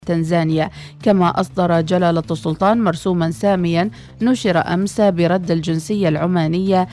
تنزانيا. كما أصدر جلالة السلطان مرسوما ساميا نشر أمس برد الجنسية العمانية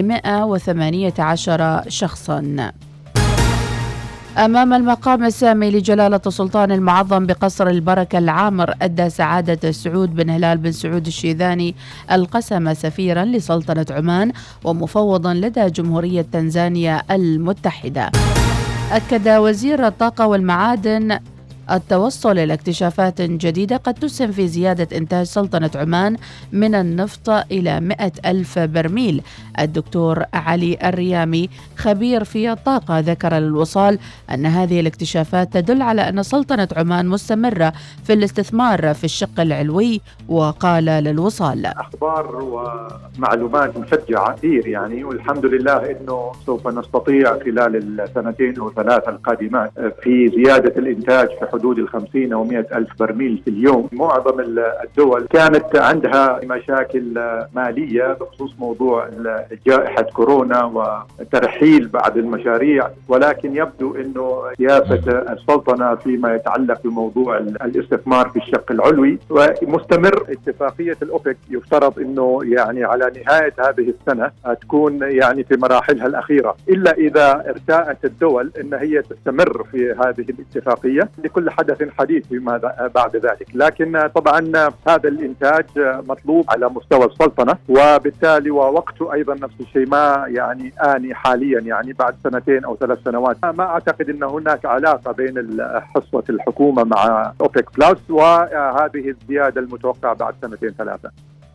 ل118 شخصا. أمام المقام السامي لجلالة السلطان المعظم بقصر البركة العامر، أدى سعادة سعود بن هلال بن سعود الشيذاني القسم سفيرا لسلطنة عمان ومفوضا لدى جمهورية تنزانيا المتحدة. أكد وزير الطاقة والمعادن التوصل إلى اكتشافات جديدة قد تسهم في زيادة إنتاج سلطنة عمان من النفط إلى 100,000 برميل. الدكتور علي الريامي خبير في الطاقة ذكر للوصال أن هذه الاكتشافات تدل على أن سلطنة عمان مستمرة في الاستثمار في الشق العلوي. وقال للوصال: أخبار ومعلومات مشجعة كثير والحمد لله أنه سوف نستطيع خلال السنتين أو ثلاثة القادمات في زيادة الإنتاج في حدود 50 أو 100,000 برميل في اليوم. معظم الدول كانت عندها مشاكل مالية بخصوص موضوع جائحة كورونا وترحيل بعض المشاريع، ولكن يبدو أنه سياسة السلطنة فيما يتعلق بموضوع الاستثمار في الشق العلوي ومستمر. اتفاقية الأوبك يفترض أنه على نهاية هذه السنة تكون في مراحلها الأخيرة، إلا إذا ارتأت الدول أن هي تستمر في هذه الاتفاقية. لكل حدث حديث فيما بعد ذلك، لكن طبعا هذا الإنتاج مطلوب على مستوى السلطنة، وبالتالي ووقته أيضا نفس الشيء ما آني حاليا بعد سنتين أو 3 سنوات. ما أعتقد أن هناك علاقة بين حصة الحكومة مع أوبك بلس وهذه الزيادة المتوقعة بعد 2 3.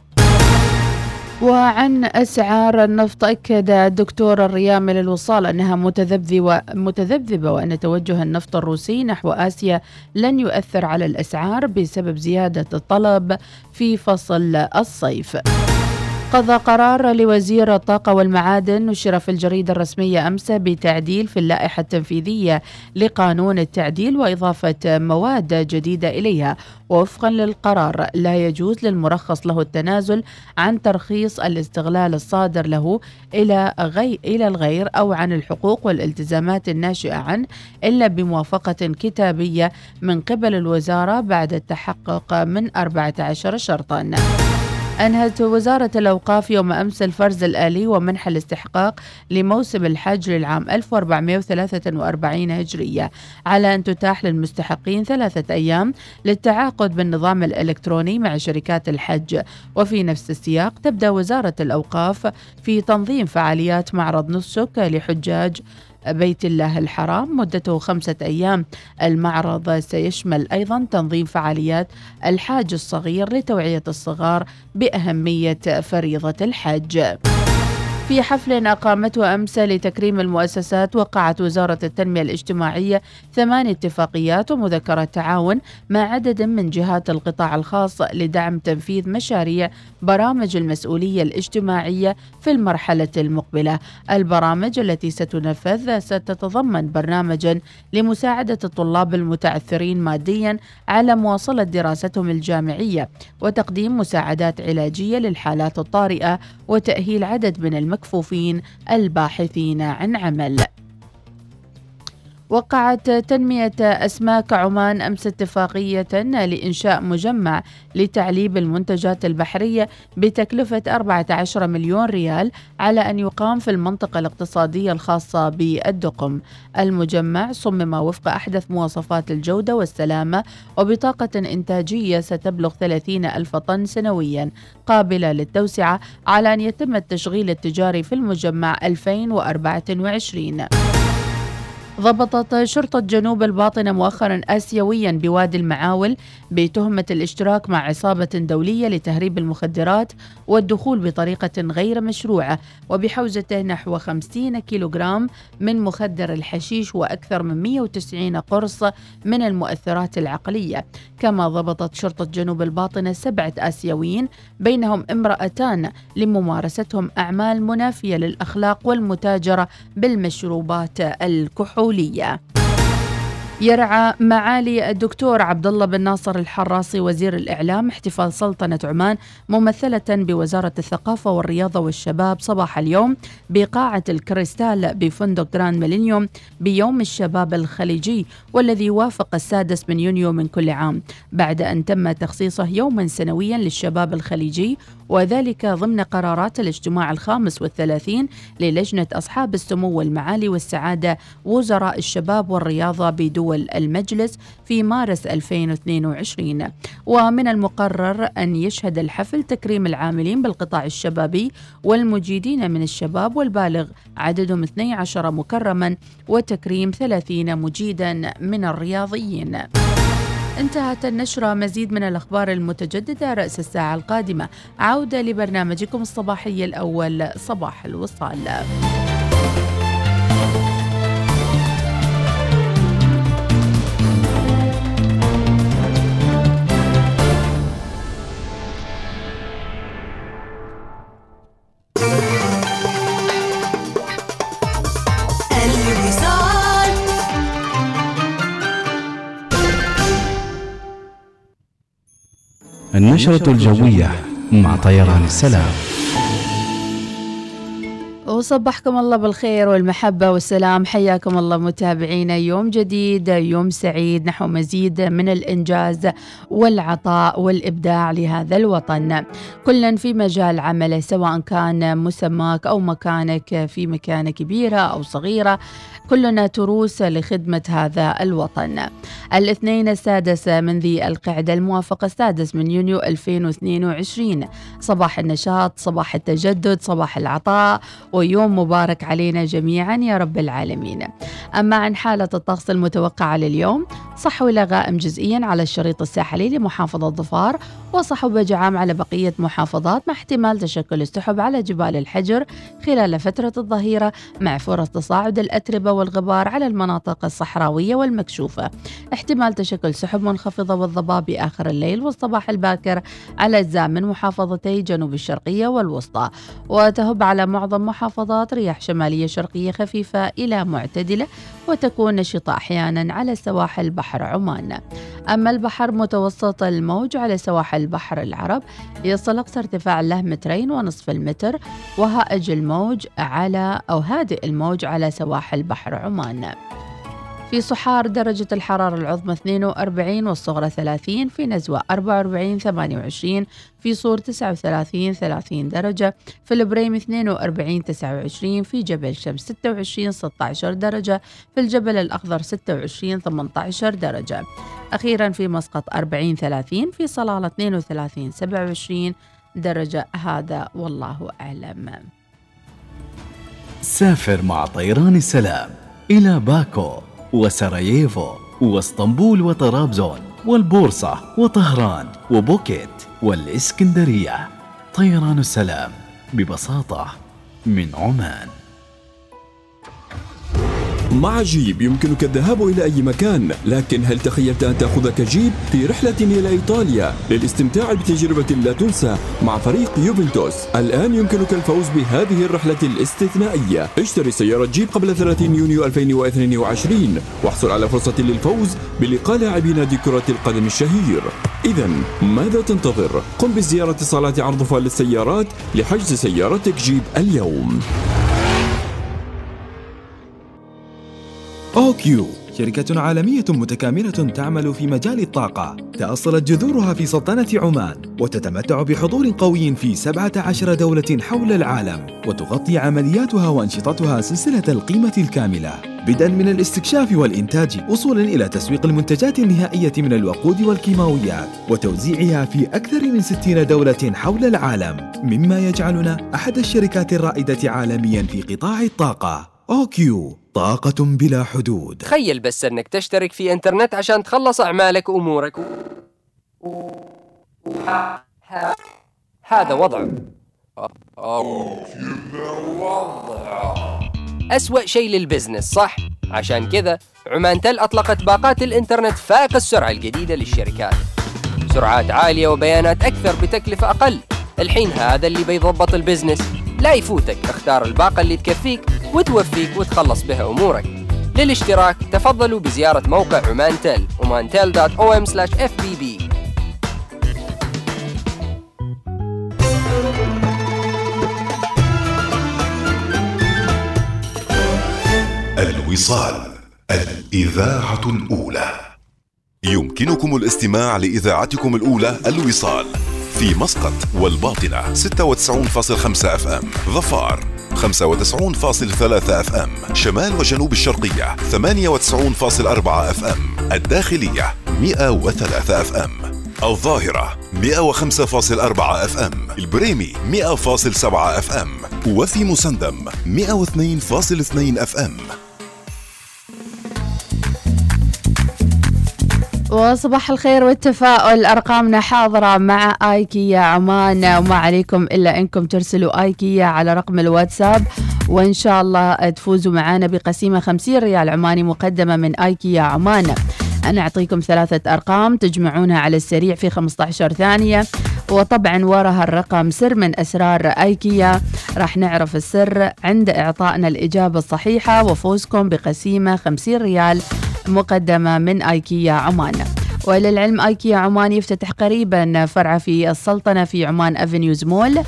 وعن أسعار النفط، أكد الدكتور الريامي للوصال أنها متذبذبة وأن توجه النفط الروسي نحو آسيا لن يؤثر على الأسعار بسبب زيادة الطلب في فصل الصيف. قضى قرار لوزير الطاقة والمعادن نشر في الجريدة الرسمية أمس بتعديل في اللائحة التنفيذية لقانون التعديل وإضافة مواد جديدة إليها. ووفقا للقرار لا يجوز للمرخص له التنازل عن ترخيص الاستغلال الصادر له إلى الغير أو عن الحقوق والالتزامات الناشئة عنه إلا بموافقة كتابية من قبل الوزارة بعد التحقق من 14 شرطا. أنهت وزارة الأوقاف يوم أمس الفرز الآلي ومنح الاستحقاق لموسم الحج للعام 1443 هجرية على أن تتاح للمستحقين 3 أيام للتعاقد بالنظام الإلكتروني مع شركات الحج. وفي نفس السياق تبدأ وزارة الأوقاف في تنظيم فعاليات معرض نسك لحجاج بيت الله الحرام مدته 5 أيام. المعرض سيشمل أيضا تنظيم فعاليات الحاج الصغير لتوعية الصغار بأهمية فريضة الحج. في حفل أقامته أمس لتكريم المؤسسات، وقعت وزارة التنمية الاجتماعية 8 اتفاقيات ومذكرات تعاون مع عدد من جهات القطاع الخاص لدعم تنفيذ مشاريع برامج المسؤولية الاجتماعية في المرحلة المقبلة. البرامج التي ستنفذ ستتضمن برنامجا لمساعدة الطلاب المتعثرين ماديا على مواصلة دراستهم الجامعية، وتقديم مساعدات علاجية للحالات الطارئة، وتأهيل عدد من المكفوفين الباحثين عن عمل. وقعت تنمية أسماك عمان أمس اتفاقية لإنشاء مجمع لتعليب المنتجات البحرية بتكلفة 14 مليون ريال على أن يقام في المنطقة الاقتصادية الخاصة بالدقم. المجمع صمم وفق أحدث مواصفات الجودة والسلامة وبطاقة إنتاجية ستبلغ 30,000 طن سنويا، قابلة للتوسعة على أن يتم التشغيل التجاري في المجمع 2024. ضبطت شرطة جنوب الباطنة مؤخرا آسيويا بوادي المعاول بتهمة الاشتراك مع عصابة دولية لتهريب المخدرات والدخول بطريقة غير مشروعة، وبحوزته نحو 50 كيلوغرام من مخدر الحشيش وأكثر من 190 قرص من المؤثرات العقلية. كما ضبطت شرطة جنوب الباطنة 7 آسيويين بينهم امرأتان لممارستهم أعمال منافية للأخلاق والمتاجرة بالمشروبات الكحولية. يرعى معالي الدكتور عبد الله بن ناصر الحراسي وزير الإعلام احتفال سلطنة عمان ممثلة بوزارة الثقافة والرياضة والشباب صباح اليوم بقاعة الكريستال بفندق جراند ميلينيوم بيوم الشباب الخليجي، والذي يوافق 6 من يونيو من كل عام، بعد أن تم تخصيصه يوما سنويا للشباب الخليجي، وذلك ضمن قرارات الاجتماع 35 للجنة أصحاب السمو والمعالي والسعادة وزراء الشباب والرياضة بدول المجلس في مارس 2022. ومن المقرر أن يشهد الحفل تكريم العاملين بالقطاع الشبابي والمجيدين من الشباب والبالغ عددهم 12 مكرما، وتكريم 30 مجيدا من الرياضيين. انتهت النشرة. مزيد من الأخبار المتجددة رأس الساعة القادمة. عودة لبرنامجكم الصباحي الأول صباح الوصال. النشرة الجوية مع طيران السلام. وصبحكم الله بالخير والمحبة والسلام. حياكم الله متابعينا، يوم جديد، يوم سعيد نحو مزيد من الإنجاز والعطاء والإبداع لهذا الوطن، كلا في مجال عمله، سواء كان مسماك أو مكانك في مكانة كبيرة أو صغيرة، كلنا تروس لخدمة هذا الوطن. الاثنين 6 من ذي القعدة الموافق 6 من يونيو 2022، صباح النشاط، صباح التجدد، صباح العطاء، ويوم مبارك علينا جميعا يا رب العالمين. أما عن حالة الطقس المتوقعة لليوم، صحو إلى غائم جزئيا على الشريط الساحلي لمحافظة ظفار، وصحو جعام على بقية محافظات، مع احتمال تشكل السحب على جبال الحجر خلال فترة الظهيرة، مع فرص تصاعد الأتربة والغبار على المناطق الصحراوية والمكشوفة، احتمال تشكل سحب منخفضة والضباب بآخر الليل والصباح الباكر على أجزاء من محافظتي جنوب الشرقية والوسطى، وتهب على معظم محافظات رياح شمالية شرقية خفيفة إلى معتدلة، وتكون نشطة أحيانا على سواحل بحر عمان. أما البحر متوسط الموج على سواحل بحر العرب يصل أقصى ارتفاع له 2.5 متر، وهائج الموج على أو هادئ الموج على سواحل بحر عمان. في صحار درجة الحرارة العظمى 42 والصغرى 30، في نزوة 44 28، في صور 39 30 درجة، في البريم 42 29، في جبل شمس 26 16 درجة، في الجبل الأخضر 26 18 درجة. أخيرا في مسقط 40 30، في صلالة 32 27 درجة. هذا والله أعلم. سافر مع طيران السلام إلى باكو وسراييفو واسطنبول وطرابزون والبورصة وطهران وبوكيت والإسكندرية. طيران السلام، ببساطة من عمان. مع جيب يمكنك الذهاب إلى أي مكان، لكن هل تخيلت أن تأخذك جيب في رحلة إلى إيطاليا للاستمتاع بتجربة لا تنسى مع فريق يوفنتوس؟ الآن يمكنك الفوز بهذه الرحلة الاستثنائية. اشتري سيارة جيب قبل 30 يونيو 2022 واحصل على فرصة للفوز بلقاء لاعبي نادي كرة القدم الشهير. إذن ماذا تنتظر؟ قم بزيارة صالات عرض للسيارات لحجز سيارتك جيب اليوم. OQ شركة عالمية متكاملة تعمل في مجال الطاقة، تأصلت جذورها في سلطنة عمان، وتتمتع بحضور قوي في 17 دولة حول العالم، وتغطي عملياتها وأنشطتها سلسلة القيمة الكاملة، بدءا من الاستكشاف والإنتاج وصولا إلى تسويق المنتجات النهائية من الوقود والكيماويات، وتوزيعها في أكثر من 60 دولة حول العالم، مما يجعلنا أحد الشركات الرائدة عالميا في قطاع الطاقة. OQ، طاقة بلا حدود. تخيل بس انك تشترك في انترنت عشان تخلص اعمالك وامورك. هذا وضع أسوأ شيء للبزنس، صح؟ عشان كذا عمان تل أطلقت باقات الإنترنت فائق السرعة الجديدة للشركات، سرعات عالية وبيانات أكثر بتكلفة أقل. الحين هذا اللي بيضبط البزنس، لا يفوتك. اختار الباقة اللي تكفيك وتوفيك وتخلص بها أمورك. للاشتراك تفضلوا بزيارة موقع عمان تل omantel.om/fbb. الوصال، الإذاعة الأولى. يمكنكم الاستماع لإذاعتكم الأولى الوصال في مسقط والباطنة 96.5 FM، ظفار 95.3 FM، شمال وجنوب الشرقية 98.4 FM، الداخلية 103 FM، الظاهرة 105.4 FM، البريمي 100.7 FM، وفي مسندم 102.2 FM. وصباح الخير والتفاؤل، أرقامنا حاضرة مع آيكيا عمان، وما عليكم إلا أنكم ترسلوا آيكيا على رقم الواتساب، وإن شاء الله تفوزوا معنا بقسيمة 50 ريال عماني مقدمة من آيكيا عمان. أنا أعطيكم 3 أرقام تجمعونها على السريع في 15 ثانية، وطبعا وراها الرقم سر من أسرار آيكيا. راح نعرف السر عند إعطائنا الإجابة الصحيحة، وفوزكم بقسيمة 50 ريال مقدمة من آيكيا عمان. وللعلم آيكيا عمان يفتتح قريبا فرع في السلطنة في عمان أفنيوز مول،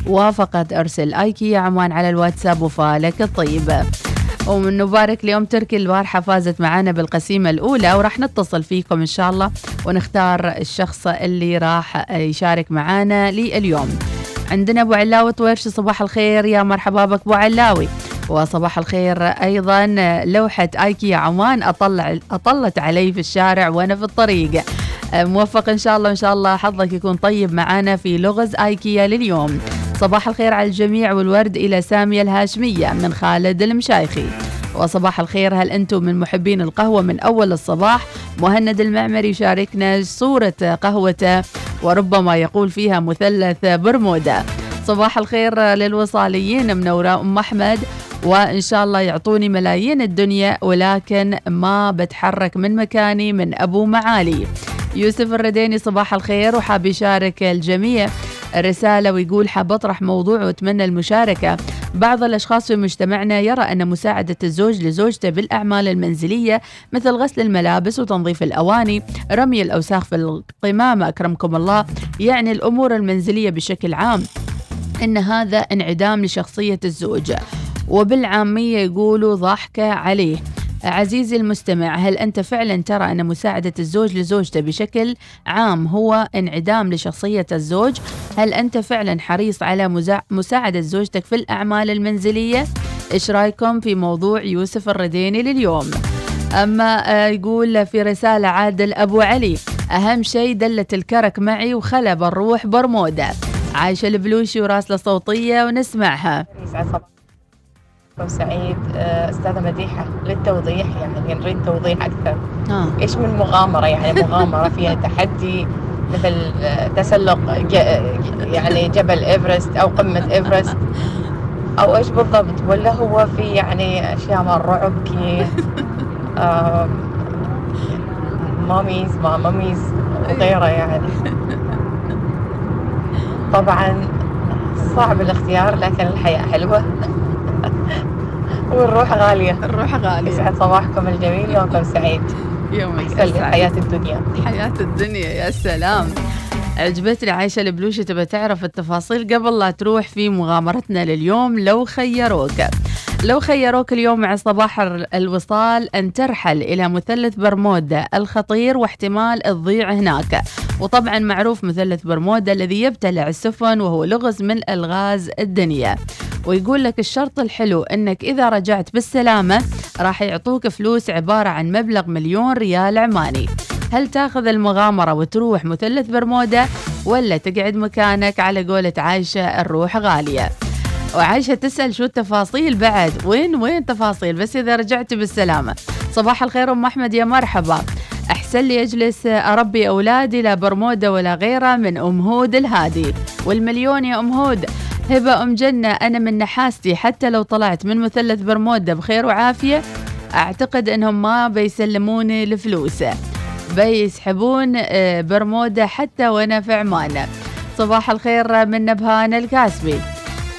وفقط أرسل آيكيا عمان على الواتساب وفالك الطيب. ومن نبارك اليوم تركي البارحة فازت معنا بالقسيمة الأولى، وراح نتصل فيكم إن شاء الله ونختار الشخص اللي راح يشارك معنا لليوم. عندنا أبو علاوي طويرش، صباح الخير، يا مرحبا بك أبو علاوي. وصباح الخير أيضا، لوحة آيكيا عمان أطلت علي في الشارع وأنا في الطريق. موفق إن شاء الله، إن شاء الله حظك يكون طيب معنا في لغز آيكيا لليوم. صباح الخير على الجميع، والورد إلى سامية الهاشمية من خالد المشايخي. وصباح الخير، هل أنتم من محبين القهوة من أول الصباح؟ مهند المعمري يشاركنا صورة قهوته وربما يقول فيها مثلث برمودا. صباح الخير للوصاليين، منورة أم أحمد، وإن شاء الله يعطوني ملايين الدنيا ولكن ما بتحرك من مكاني من أبو معالي. يوسف الرديني صباح الخير، وحاب يشارك الجميع الرسالة ويقول حاب أطرح موضوع وأتمنى المشاركة. بعض الأشخاص في مجتمعنا يرى أن مساعدة الزوج لزوجته بالأعمال المنزلية مثل غسل الملابس وتنظيف الأواني، رمي الأوساخ في القمامة أكرمكم الله، يعني الأمور المنزلية بشكل عام، إن هذا انعدام لشخصية الزوج، وبالعامية يقولوا ضحكة عليه. عزيزي المستمع، هل أنت فعلا ترى أن مساعدة الزوج لزوجته بشكل عام هو انعدام لشخصية الزوج؟ هل أنت فعلا حريص على مساعدة زوجتك في الأعمال المنزلية؟ إيش رأيكم في موضوع يوسف الرديني لليوم؟ أما يقول في رسالة عادل أبو علي، أهم شيء دلة الكرك معي وخلب الروح برمودا. عايشة البلوشي وراسلة صوتية ونسمعها. سعيد أستاذة مديحة، للتوضيح يعني نريد توضيح أكثر. إيش من مغامرة؟ يعني مغامرة فيها تحدي مثل تسلق يعني جبل إيفرست أو قمة إيفرست، أو إيش بالضبط؟ ولا هو في يعني أشياء مع الرعب كي ماميز وغيره يعني. طبعا صعب الاختيار لكن الحياة حلوة والروح غالية. الروح غالية. يسعد صباحكم الجميل، يومكم سعيد. يومك سعيد. حياة الدنيا، حياة الدنيا. يا سلام، عجبتني عايشة البلوشي. تبى تعرف التفاصيل قبل لا تروح في مغامرتنا لليوم. لو خيروك اليوم مع صباح الوصال أن ترحل إلى مثلث برمودا الخطير واحتمال تضيع هناك، وطبعا معروف مثلث برمودا الذي يبتلع السفن وهو لغز من ألغاز الدنيا، ويقول لك الشرط الحلو أنك إذا رجعت بالسلامة راح يعطوك فلوس عبارة عن مبلغ 1,000,000 ريال عماني. هل تاخذ المغامرة وتروح مثلث برمودا ولا تقعد مكانك؟ على قولة عايشة الروح غالية. وعايشة تسأل شو التفاصيل بعد؟ وين تفاصيل؟ بس إذا رجعت بالسلامة. صباح الخير أم أحمد، يا مرحبا. أحسن لي أجلس أربي أولادي لا برمودا ولا غيره، من أم هود الهادي. والمليون يا أم هود. هبة أم جنة، أنا من نحاستي حتى لو طلعت من مثلث برمودا بخير وعافية أعتقد أنهم ما بيسلموني الفلوس، بيسحبون برمودا حتى وأنا في عمان. صباح الخير من نبهان الكاسبي.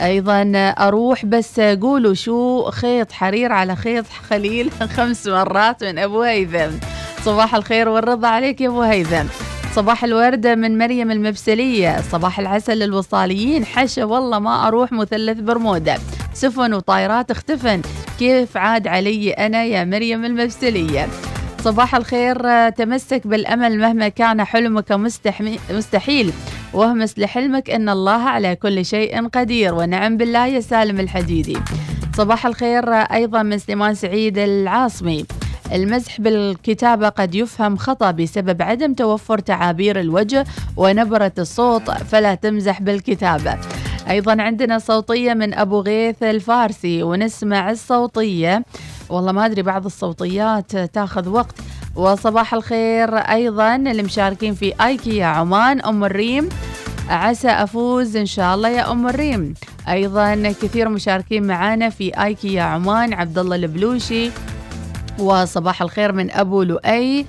أيضا أروح بس قولوا شو خيط حرير على خيط خليل 5 مرات من أبو هيثم. صباح الخير والرضا عليك يا أبو هيثم. صباح الوردة من مريم المبسلية. صباح العسل للوصاليين. حشا والله ما أروح مثلث برمودا، سفن وطائرات اختفن، كيف عاد علي أنا يا مريم المبسلية. صباح الخير. تمسك بالأمل مهما كان حلمك مستحيل، واهمس لحلمك إن الله على كل شيء قدير، ونعم بالله يا سالم الحديدي. صباح الخير أيضا من سليمان سعيد العاصمي. المزح بالكتابة قد يفهم خطأ بسبب عدم توفر تعابير الوجه ونبرة الصوت، فلا تمزح بالكتابة. أيضا عندنا صوتية من أبو غيث الفارسي، ونسمع الصوتية، والله ما أدري بعض الصوتيات تاخذ وقت. وصباح الخير أيضا اللي مشاركين في آيكيا عمان. أم الريم، عسى أفوز إن شاء الله يا أم الريم. أيضا كثير مشاركين معانا في آيكيا عمان. عبد الله البلوشي. وصباح الخير من أبو لؤي،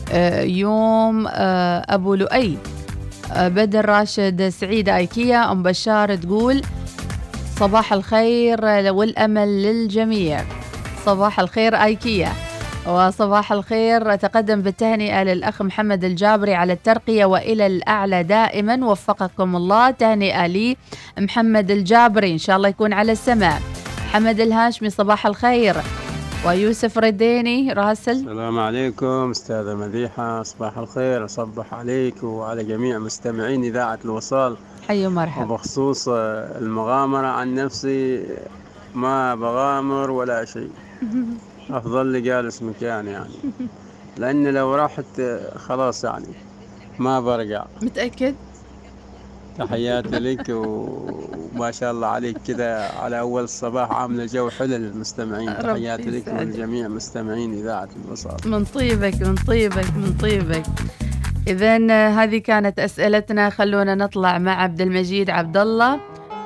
يوم أبو لؤي. بدر راشد سعيد آيكيا. أم بشار تقول صباح الخير والأمل للجميع. صباح الخير آيكيا. وصباح الخير تقدم بالتهنئة للأخ محمد الجابري على الترقية وإلى الأعلى دائما، وفقكم الله. تهنئة لي محمد الجابري، إن شاء الله يكون على السماء. حمد الهاشمي صباح الخير. ويوسف رديني راسل. السلام عليكم أستاذة مديحة، صباح الخير. أصبح عليك وعلى جميع مستمعين إذاعة الوصال. حي ومرحبا. وبخصوص المغامرة، عن نفسي ما بغامر ولا شيء، أفضل لي جالس مكاني يعني، لأن لو راحت خلاص يعني ما برجع. متأكد؟ تحياتي لك وما شاء الله عليك كده على أول الصباح عاملة جو حلو للمستمعين. تحياتي لك ولجميع مستمعين إذاعة الوصال. من طيبك من طيبك من طيبك. إذن هذه كانت أسئلتنا. خلونا نطلع مع عبد المجيد عبد الله.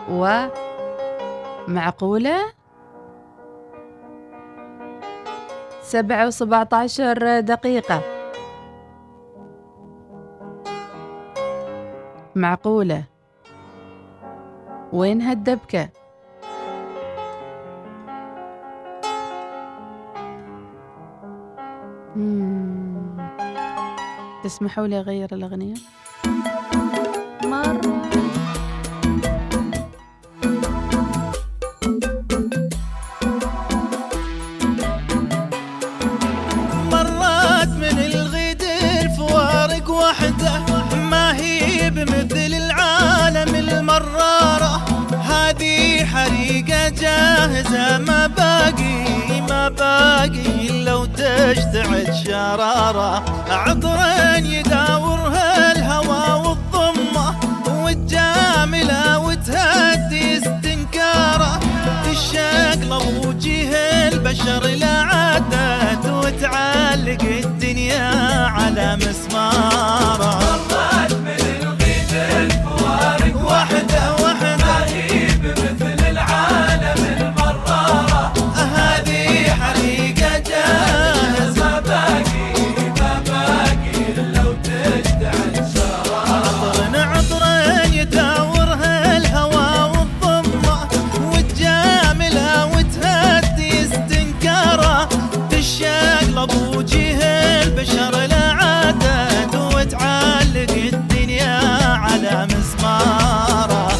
ومعقولة 7:17 دقيقة. معقولة وين هالدبكة؟ تسمحوا لي أغير الأغنية مرة. مرات من الغدر فوارق وحده، ما هي بمثل العالم المرارة. هذه حريقة جاهزة، ما باقي لو تشتعل شرارة. عطرا يداورها الهوى والضمة، والجاملة وتهدي استنكارة. تشقلب وجه البشر لا عادت، وتعلق الدنيا على مسمارة. مرات من الغيث الفوارق وحدة ما هي بمثل العالم المرارة. هذه حريقة جاهزة، ما باقي لو تشتعل شرارة. عطرا يداورها الهوى والضمة، والجاملة وتهدي استنكارة. تشقلب وجه البشر لا عادت، وتعلق الدنيا على مسمارة.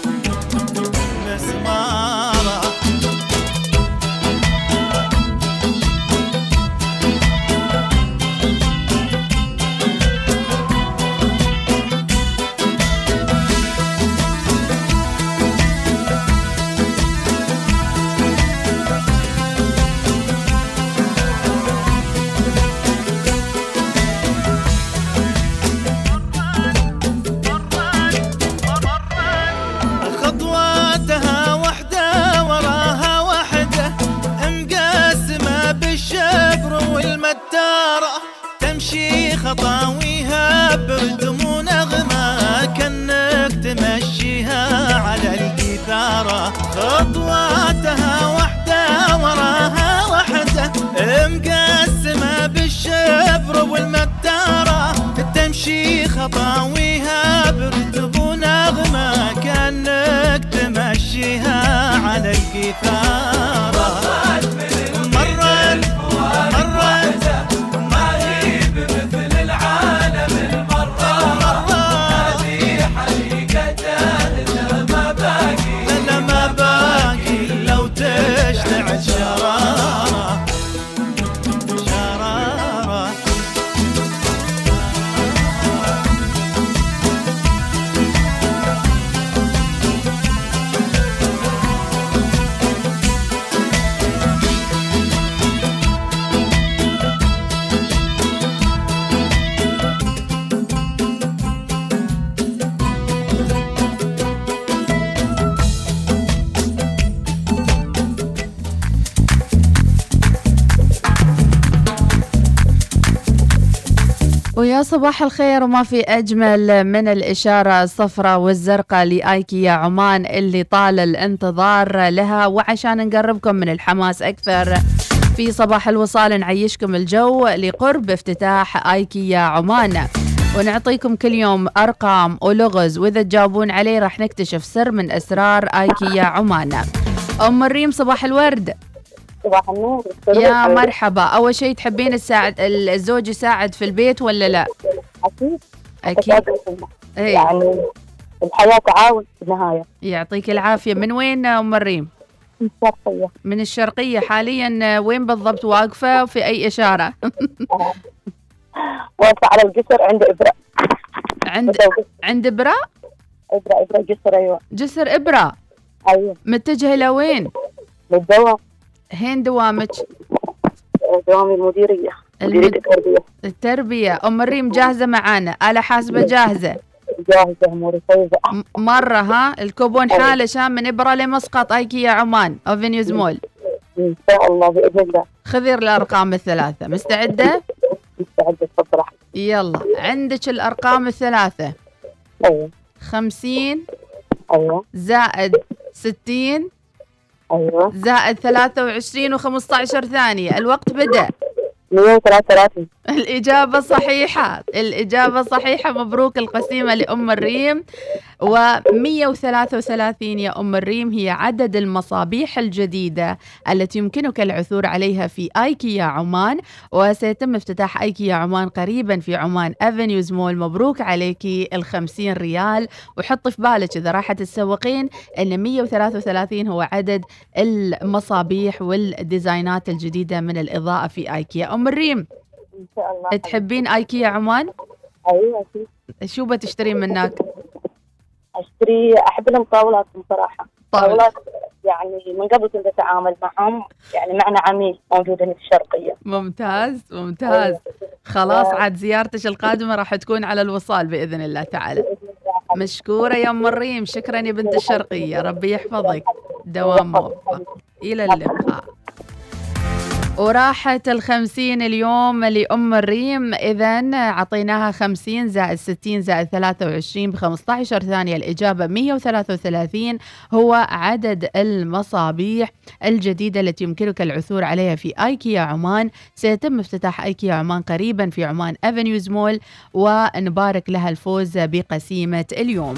خطاويها برتم ونغمة، كأنك تمشيها على الجيثارة. خطواتها واحدة وراها واحدة، مقسمة بالشبر والمتارة. تمشي خطاويها برتم ونغمة، كأنك تمشي تمشيها على القيثارة. مرت ما هي بمثل العالم المرة، هذه حقيقتها لما باقي لو تشتعل شرارة. ويا صباح الخير، وما في أجمل من الإشارة الصفراء والزرقاء لآيكيا عمان اللي طال الانتظار لها. وعشان نقربكم من الحماس أكثر في صباح الوصال نعيشكم الجو لقرب افتتاح آيكيا عمان، ونعطيكم كل يوم أرقام ولغز، وإذا تجاوبون عليه راح نكتشف سر من أسرار آيكيا عمان. أم الريم صباح الورد. صباح النور. يا مرحبا. أول شيء تحبين الزوج يساعد في البيت ولا لا؟ أكيد. يعني الحياة تعاون في النهاية. يعطيك العافية. من وين أم الريم؟ من الشرقية. من الشرقية. حاليا وين بالضبط واقفة وفي أي إشارة؟ واقفة على الجسر عند إبرة. عند إبرة؟ إبرة جسر. أيوة جسر إبرة. أيوة. متجهة لوين؟ للدوام. هين دوامك؟ دوامي المديرية. مديرية التربية. أم الريم جاهزة معانا؟ آلة حاسبة جاهزة؟ جاهزة أموري طيبة. مرة ها الكوبون حالة شام من إبرة لمسقط آيكيا عمان أفنيوز مول. إن شاء الله بإذن الله. خذي الأرقام الثلاثة. مستعدة؟ مستعدة. تفضل. يلا عندك الأرقام الثلاثة. أيوة. 50. أيوة. زائد 60. أيوة. زائد 23 و15 ثانية. الوقت بدأ. 133. الإجابة صحيحة. الإجابة صحيحة. مبروك القسيمة لأم الريم. و133 يا أم الريم هي عدد المصابيح الجديدة التي يمكنك العثور عليها في آيكيا عمان، وسيتم افتتاح آيكيا عمان قريبا في عمان أفنيوز مول. مبروك عليكي 50 ريال. وحط في بالك إذا راح تتسوقين أن 133 هو عدد المصابيح والديزاينات الجديدة من الإضاءة في آيكيا. أم الريم إن شاء الله. تحبين آيكيا عمان؟ أيوة أكيد. شو بتشترين منك؟ أحب المطاولات بصراحة. مطاولات يعني من قبل كنت أتعامل معهم، يعني معنا عميل موجودين في الشرقية. ممتاز ممتاز. خلاص عاد زيارتك القادمة راح تكون على الوصال بإذن الله تعالى. مشكورة يا أم الريم. شكرا يا بنت الشرقية. ربي يحفظك. دوام موفق. إلى اللقاء. وراحت 50 اليوم لأم الريم. إذن عطيناها 50 زائد 60 زائد 23 ب15 ثانية. الإجابة 133 هو عدد المصابيح الجديدة التي يمكنك العثور عليها في آيكيا عمان. سيتم افتتاح آيكيا عمان قريبا في عمان أفنيوز مول، ونبارك لها الفوز بقسيمة اليوم.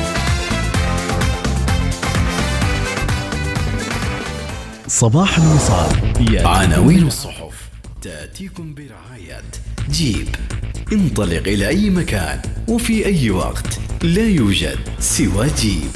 صباح الوصال. عناوين الصحف تأتيكم برعاية جيب. انطلق إلى أي مكان وفي أي وقت، لا يوجد سوى جيب.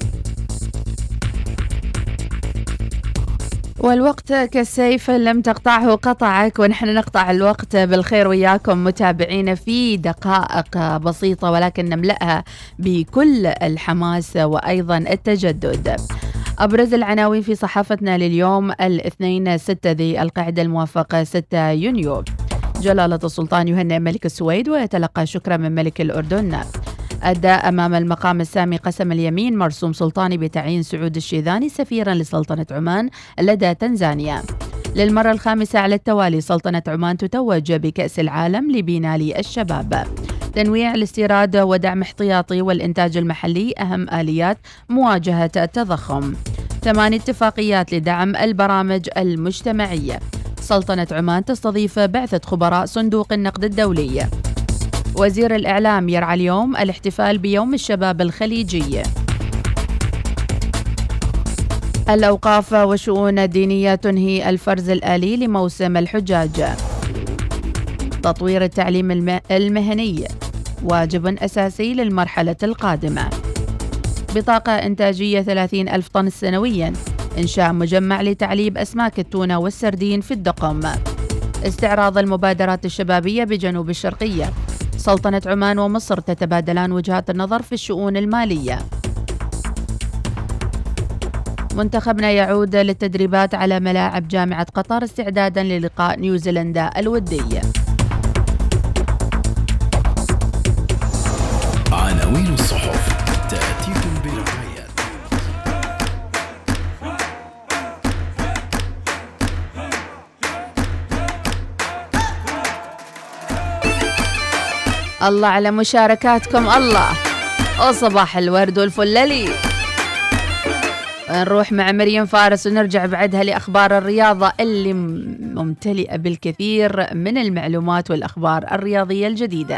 والوقت كالسيف لم تقطعه قطعك، ونحن نقطع الوقت بالخير وياكم متابعين في دقائق بسيطة ولكن نملأها بكل الحماس وأيضا التجدد. أبرز العناوين في صحافتنا لليوم الاثنين 6 ذي القعدة الموافق 6 يونيو. جلالة السلطان يهنئ ملك السويد ويتلقى شكرا من ملك الأردن. أدى أمام المقام السامي قسم اليمين مرسوم سلطاني بتعيين سعود الشيذاني سفيرا لسلطنة عمان لدى تنزانيا. للمرة الخامسة على التوالي سلطنة عمان تتوج بكأس العالم لبينالي الشباب. تنويع الاستيراد ودعم احتياطي والإنتاج المحلي أهم آليات مواجهة التضخم. 8 اتفاقيات لدعم البرامج المجتمعية. سلطنة عمان تستضيف بعثة خبراء صندوق النقد الدولي. وزير الإعلام يرعى اليوم الاحتفال بيوم الشباب الخليجي. الأوقاف والشؤون الدينية تنهي الفرز الآلي لموسم الحجاج. تطوير التعليم المهني واجب أساسي للمرحلة القادمة. بطاقة إنتاجية 30,000 طن سنويا. إنشاء مجمع لتعليب أسماك التونة والسردين في الدقم. استعراض المبادرات الشبابية بجنوب الشرقية. سلطنة عمان ومصر تتبادلان وجهات النظر في الشؤون المالية. منتخبنا يعود للتدريبات على ملاعب جامعة قطر استعدادا للقاء نيوزيلندا الودي. عناوين الصحف تأتيكم برعاية الله على مشاركاتكم الله، وصباح الورد والفللي. نروح مع مريم فارس ونرجع بعدها لأخبار الرياضة اللي ممتلئة بالكثير من المعلومات والأخبار الرياضية الجديدة.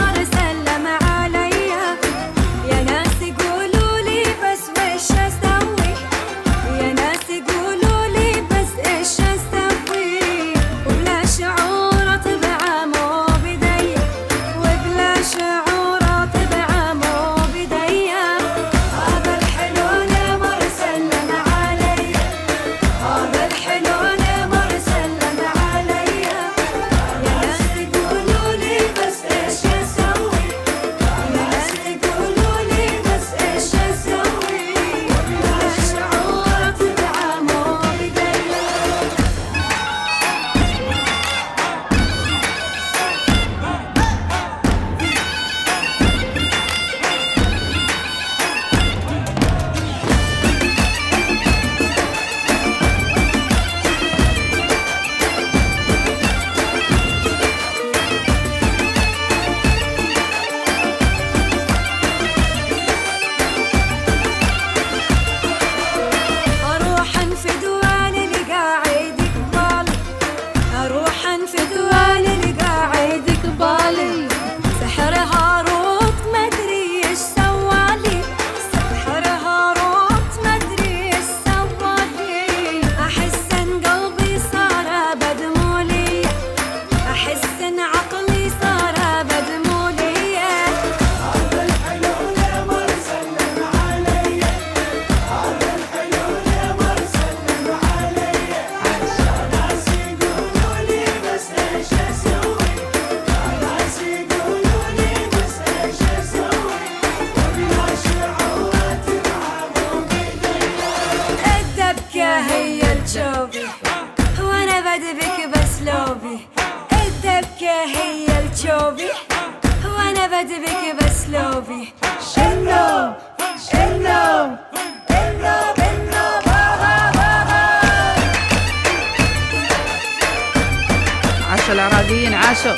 العراقيين عاشوا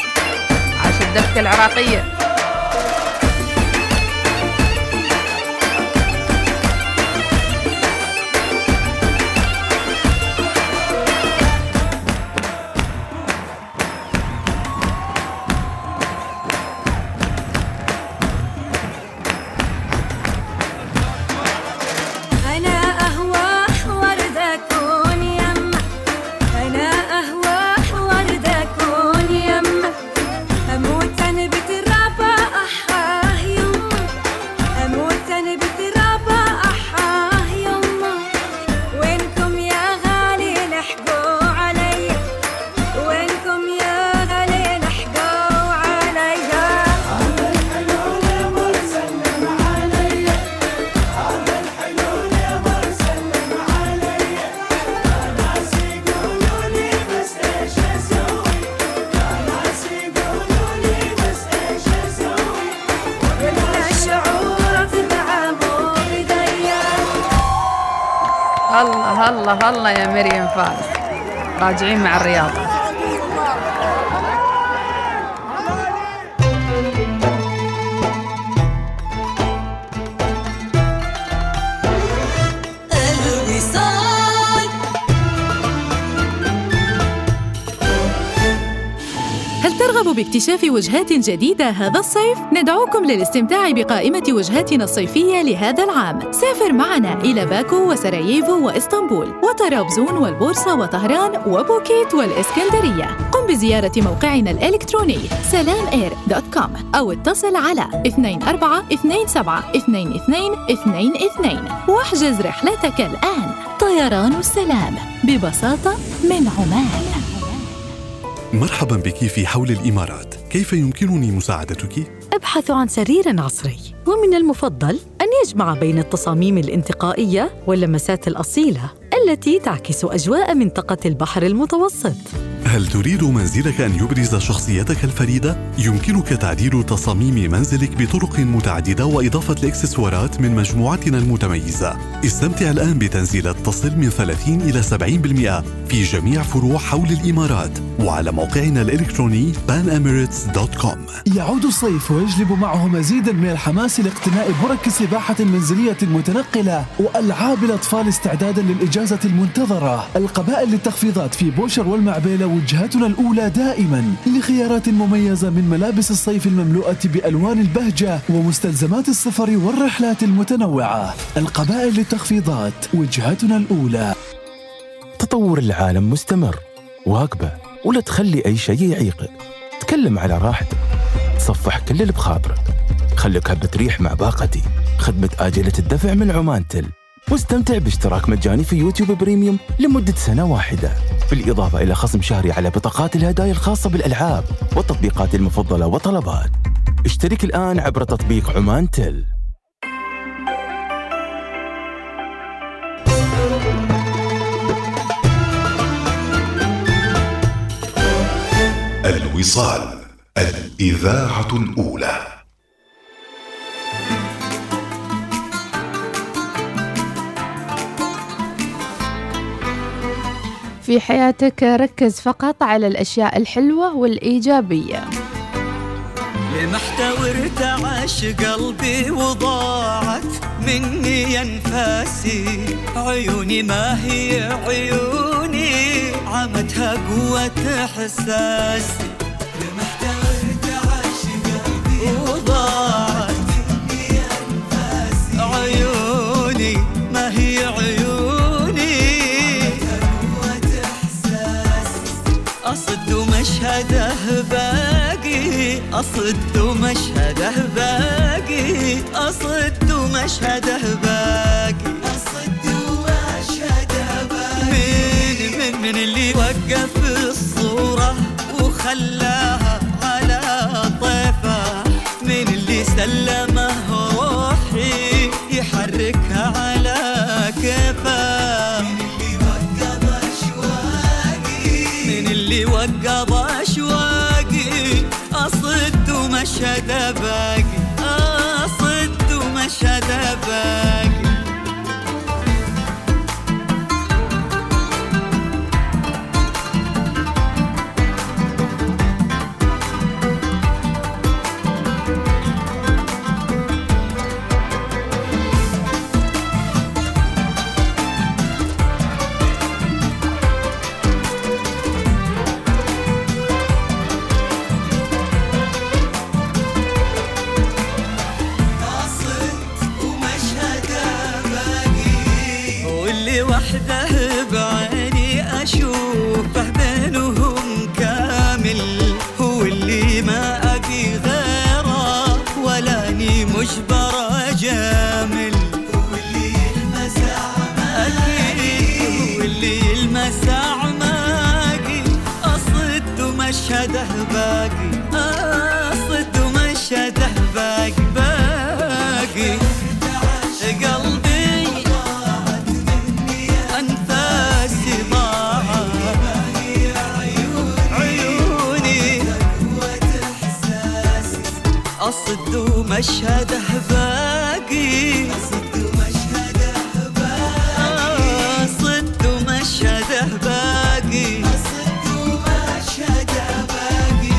الدبكة العراقية. الله الله يا مريم فارس، راجعين مع الرياضة. هل ترغب باكتشاف لاكتشاف وجهات جديدة هذا الصيف، ندعوكم للاستمتاع بقائمة وجهاتنا الصيفية لهذا العام. سافر معنا إلى باكو وسراييفو وإسطنبول وطرابزون والبورصة وطهران وبوكيت والإسكندرية. قم بزيارة موقعنا الإلكتروني salamair.com أو اتصل على 24272222 واحجز رحلتك الآن. طيران السلام، ببساطة من عمان. مرحبا بك في حول الإمارات، كيف يمكنني مساعدتك؟ أبحث عن سرير عصري، ومن المفضل أن يجمع بين التصاميم الانتقائية واللمسات الأصيلة التي تعكس أجواء منطقة البحر المتوسط. هل تريد منزلك أن يبرز شخصيتك الفريدة؟ يمكنك تعديل تصاميم منزلك بطرق متعددة وإضافة الإكسسوارات من مجموعتنا المتميزة. استمتع الآن بتنزيلات تصل من 30 إلى 70% في جميع فروع حول الإمارات وعلى موقعنا الإلكتروني panemirates.com. يعود الصيف ويجلب معه مزيدا من الحماس لاقتناء برك سباحة منزلية متنقلة وألعاب الأطفال استعدادا للإجازة المنتظرة. القبائل للتخفيضات في بوشر والمعبيلة وجهتنا الأولى دائما لخيارات مميزة من ملابس الصيف المملوءة بألوان البهجة ومستلزمات السفر والرحلات المتنوعة. القبائل للتخفيضات وجهتنا الأولى. تطور العالم مستمر، واقبه ولا تخلي أي شيء يعيقك. تكلم على راحتك، صفح كل اللي بخاطرك، خليك هبة ريح مع باقتي، خدمة آجلة الدفع من عمان تل، واستمتع باشتراك مجاني في يوتيوب بريميوم لمدة سنة واحدة، بالإضافة إلى خصم شهري على بطاقات الهدايا الخاصة بالألعاب والتطبيقات المفضلة وطلبات. اشترك الآن عبر تطبيق عمان تل. الوصال، الإذاعة الأولى. في حياتك ركز فقط على الأشياء الحلوة والإيجابية. لمحت وارتعش قلبي وضاعت مني أنفاسي، عيوني ما هي عيوني عمتها قوة إحساسي. لمحت وارتعش قلبي وضاعت مني أنفاسي، عيوني ما هي عيوني أصد مشهده باقي، أصد مشهده باقي، أصد مشهده باقي، أصد مشهده باقي. من اللي وقف الصورة وخلاها على طيفه، من اللي سلمه روحي يحركها على كيفه، اللي وقض أشواقي أصد ومشهد باقي، أصد ومشهد باقي. وحده بعيني أشوفه بينهم كامل، هو اللي ما أبي غيره ولاني مجبر أجامل، هو اللي المسع أكيد، هو اللي المسع ماقي، أصد ومشهده باقي، أصد ومشهده باقي باقي. قلبي أنفاسي ضاعت، عيوني أصد ومشهده باقي، أصد ومشهده باقي، أصد ومشهده باقي، أصد ومشهده باقي.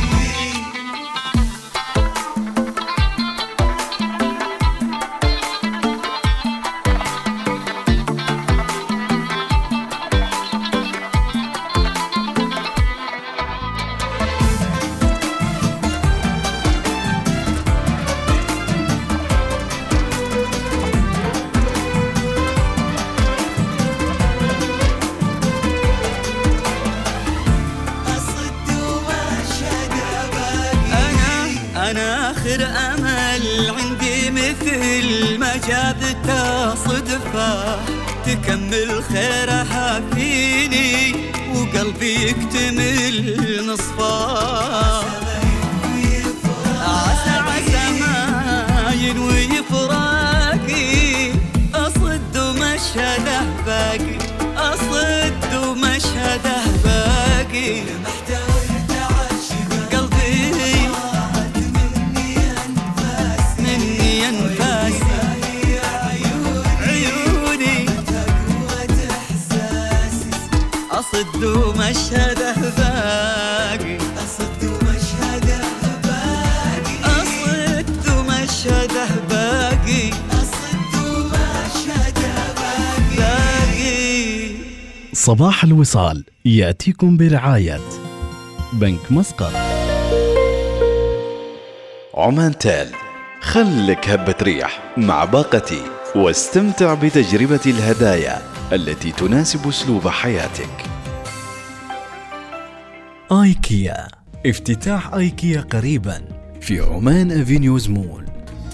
مثل ما جابتها صدفة تكمل خيرها فيني وقلبي يكتمل نصفه. عسى عسى ويفراقي أصد ومشهده باقي، أصد ومشهده باقي. قلبي مني أنفاس عيوني أصد ومشهده باقي، أصد ومشهده باقي، أصد ومشهده باقي، أصد ومشهده باقي. صباح الوصال يأتيكم برعاية بنك مسقط. عمان تال، خلك هبة ريح مع باقتي واستمتع بتجربة الهدايا التي تناسب أسلوب حياتك. آيكيا، افتتاح آيكيا قريبا في عمان أفينيوز مول.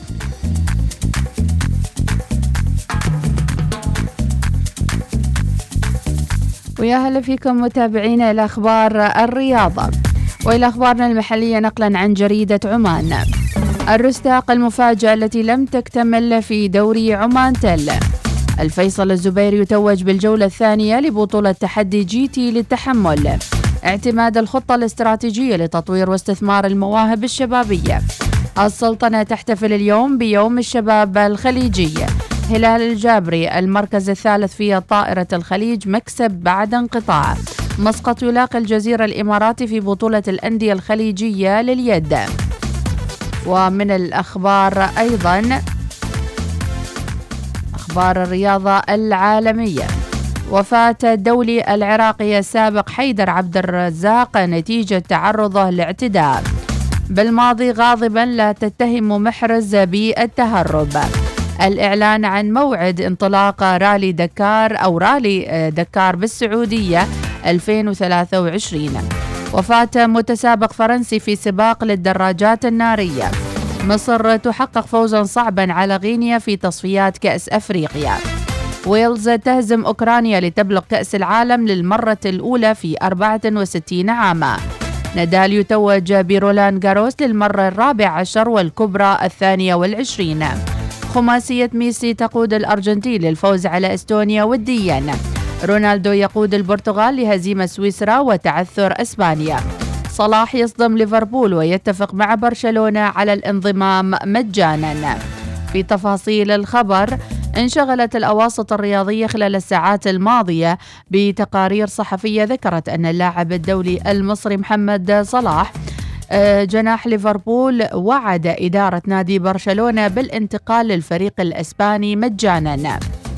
ويا هلا فيكم متابعينا إلى أخبار الرياضة وإلى أخبارنا المحلية، نقلا عن جريدة عمان. الرستاق المفاجأة التي لم تكتمل في دوري عمان تل. الفيصل الزبير يتوج بالجولة الثانية لبطولة تحدي جي تي للتحمل. اعتماد الخطة الاستراتيجية لتطوير واستثمار المواهب الشبابية. السلطنة تحتفل اليوم بيوم الشباب الخليجي. هلال الجابري المركز الثالث في طائرة الخليج مكسب بعد انقطاع. مسقط يلاقي الجزيرة الإماراتي في بطولة الأندية الخليجية لليد. ومن الأخبار أيضا أخبار الرياضة العالمية. وفاة الدولي العراقي السابق حيدر عبد الرزاق نتيجة تعرضه لاعتداء. بالماضي غاضبا لا تتهم محرز بالتهرب. الإعلان عن موعد انطلاق رالي دكار أو رالي دكار بالسعودية 2023. وفاة متسابق فرنسي في سباق للدراجات النارية. مصر تحقق فوزا صعبا على غينيا في تصفيات كأس أفريقيا. ويلز تهزم أوكرانيا لتبلغ كأس العالم للمرة الأولى في 64 عاما. نادال يتوج برولان جاروس للمرة 14 والكبرى 22. خماسية ميسي تقود الأرجنتين للفوز على إستونيا وديا. رونالدو يقود البرتغال لهزيمة سويسرا وتعثر إسبانيا. صلاح يصدم ليفربول ويتفق مع برشلونة على الانضمام مجانا. في تفاصيل الخبر، انشغلت الأواسط الرياضية خلال الساعات الماضية بتقارير صحفية ذكرت أن اللاعب الدولي المصري محمد صلاح جناح ليفربول وعد إدارة نادي برشلونة بالانتقال للفريق الإسباني مجانا،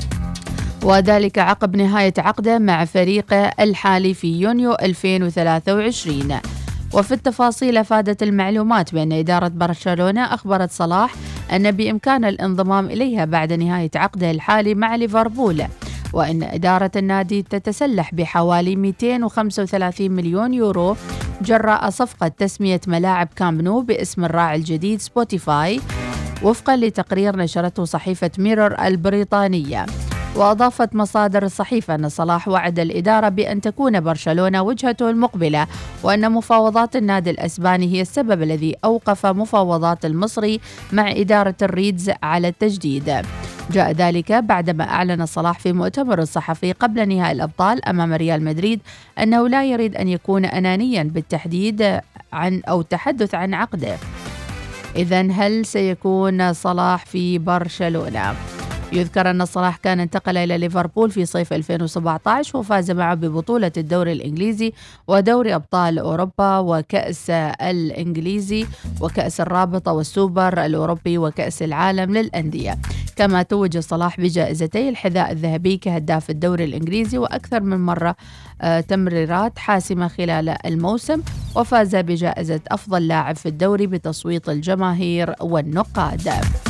وذلك عقب نهاية عقده مع فريقه الحالي في يونيو 2023. وفي التفاصيل أفادت المعلومات بأن إدارة برشلونة أخبرت صلاح أن بإمكانه الانضمام إليها بعد نهاية عقده الحالي مع ليفربول، وأن إدارة النادي تتسلح بحوالي 235 مليون يورو جراء صفقة تسمية ملاعب كامب نو باسم الراعي الجديد سبوتيفاي، وفقا لتقرير نشرته صحيفة ميرور البريطانية. وأضافت مصادر الصحيفة أن صلاح وعد الإدارة بأن تكون برشلونة وجهته المقبلة، وأن مفاوضات النادي الأسباني هي السبب الذي أوقف مفاوضات المصري مع إدارة الريدز على التجديد. جاء ذلك بعدما أعلن صلاح في مؤتمر الصحفي قبل نهائي الأبطال أمام ريال مدريد أنه لا يريد أن يكون أنانيا بالتحديد عن أو تحدث عن عقده. إذن هل سيكون صلاح في برشلونة؟ يذكر أن صلاح كان انتقل إلى ليفربول في صيف 2017 وفاز معه ببطولة الدوري الإنجليزي ودوري أبطال أوروبا وكأس الإنجليزي وكأس الرابطة والسوبر الأوروبي وكأس العالم للأندية. كما توج صلاح بجائزتي الحذاء الذهبي كهداف الدوري الإنجليزي وأكثر من مرة تمريرات حاسمة خلال الموسم، وفاز بجائزة أفضل لاعب في الدوري بتصويت الجماهير والنقاد.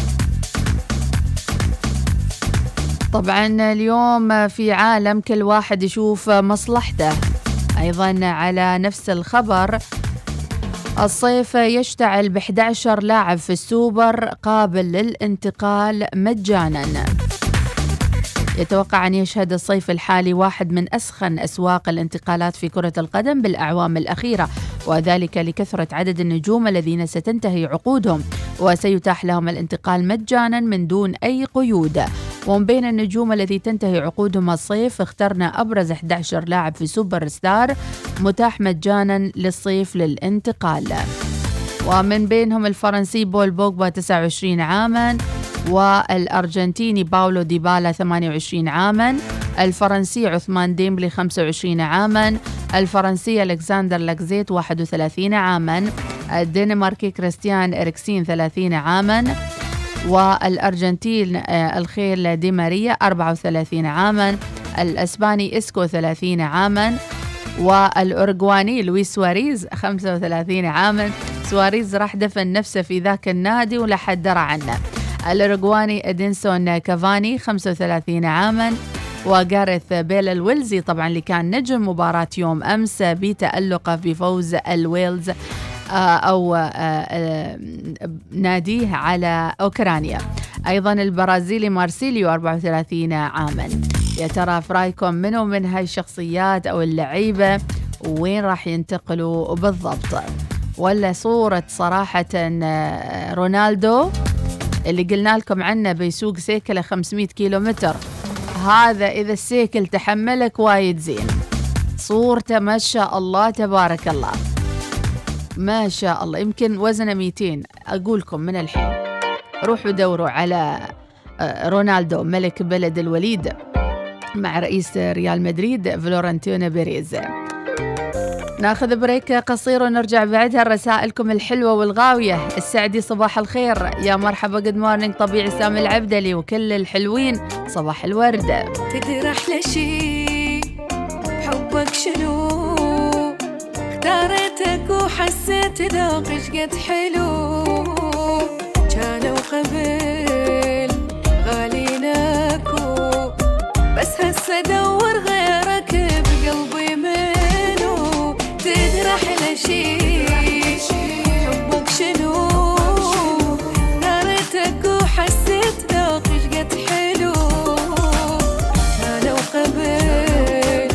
طبعا اليوم في عالم كل واحد يشوف مصلحته. أيضا على نفس الخبر الصيف يشتعل ب11 لاعب في السوبر قابل للانتقال مجانا. يتوقع أن يشهد الصيف الحالي واحد من أسخن أسواق الانتقالات في كرة القدم بالأعوام الأخيرة، وذلك لكثرة عدد النجوم الذين ستنتهي عقودهم وسيتاح لهم الانتقال مجانا من دون أي قيود. ومن بين النجوم الذي تنتهي عقودهم الصيف اخترنا أبرز 11 لاعب في سوبر ستار متاح مجانا للصيف للانتقال، ومن بينهم الفرنسي بول بوجبا 29 عاما، والأرجنتيني باولو ديبالا 28 عاما، الفرنسي عثمان ديمبلي 25 عاما، الفرنسي ألكسندر لاكزيت 31 عاما، الدنماركي كريستيان إريكسين 30 عاما، والأرجنتين الخيل دي ماريا 34 عاما، الأسباني إسكو 30 عاما، والأورجواني لويس سواريز 35 عاما. سواريز راح دفن نفسه في ذاك النادي ولا حد درى عنه. الأورجواني إدينسون كافاني 35 عاما، وغاريث بيل الويلزي طبعا اللي كان نجم مباراة يوم أمس بتألقه بفوز الويلز أو ناديه على أوكرانيا. أيضا البرازيلي مارسيليو 34 عاما. يا ترى في رأيكم منو من هاي الشخصيات أو اللعيبة وين راح ينتقلوا بالضبط؟ ولا صورة صراحة رونالدو اللي قلنا لكم عنه بيسوق سيكله 500 كيلومتر، هذا إذا السيكل تحملك وايد زين. صورته ما شاء الله تبارك الله ما شاء الله، يمكن وزنه 200. أقولكم من الحين روحوا دوروا على رونالدو ملك بلد الوليد مع رئيس ريال مدريد فلورنتينو بيريز. ناخذ بريك قصير ونرجع بعدها رسائلكم الحلوة والغاوية. السعدي صباح الخير، يا مرحبا جود مورنينج طبيعي سامي العبدلي وكل الحلوين صباح الوردة. تدري أحلى شي حبك شنو، اختاريتك وحسيت ذوقك قد حلو، كانوا قبل غاليناكو بس هسه دور غيرك بقلبي منو. تدري أحلى شي حبك شنو، اختاريتك وحسيت ذوقك قد حلو، كانوا قبل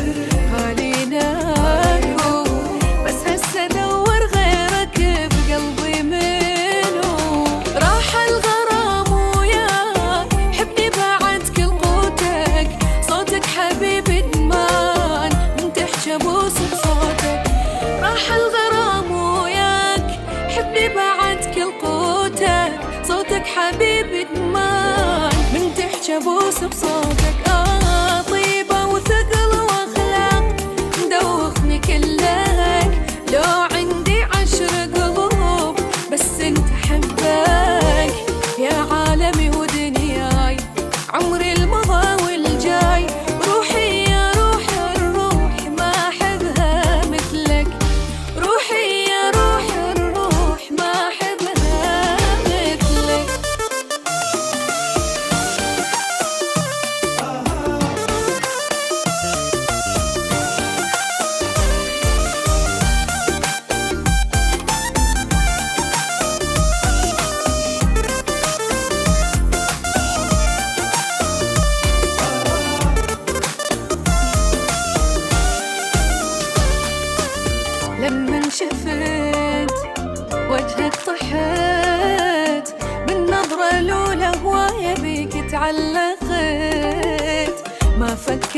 غاليناكو بس هسه دور غيرك بقلبي منو. راح الغرام وياك حبني بعد كل قوتك، صوتك حبيبي دمان من تحكي ابوس بصوتك. راح الغرام وياك حبني بعد كل قوتك، صوتك حبيبي دمان من تحكي ابوس بصوتك. طيبة وثقل واخلاق مدوخني كلك، لو عندي 10 قلوب بس انت حبك يا عالمي ودنياي، عمري المضى والجاي، روحي يا روح الروح ما احبها مثلك، روحي يا روح الروح ما احبها مثلك. لما شفت وجهك طحت بالنظرة الأولى هواية بيك تعلقت، ما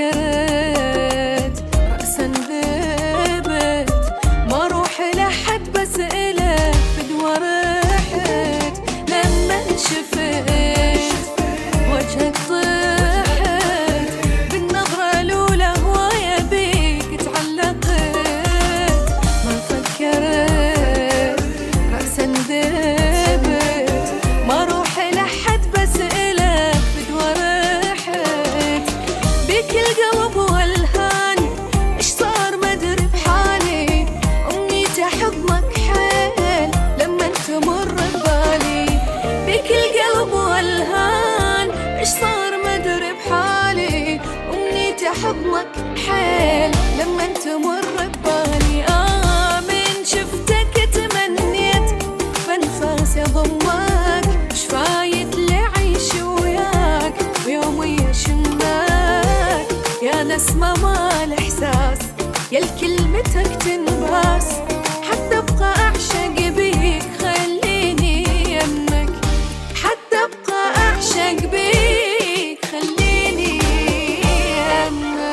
فكرت رأسا ذبت، ما روح لحد بس إلك بدوى رحت. لما شفت وجهك طحت بالنظرة الأولى هواية بيك تعلقت، ما فكرت رأسا ذبت، ما روح لحد بس إلك بدوى رحت. بيك القلب والهان إيش صار ما أدري بحالي، أمنيتي حضنك حيل لما تمر ببالي. بيك القلب والهان إيش صار ما أدري بحالي، أمنيتي حضنك حيل لما تمر ببالي. من شفتك أتمنى نسمة مال إحساس يا الكلمتك تنباس حتى أبقى أعشق بيك خليني يمك حتى أبقى أعشق بيك خليني يمك.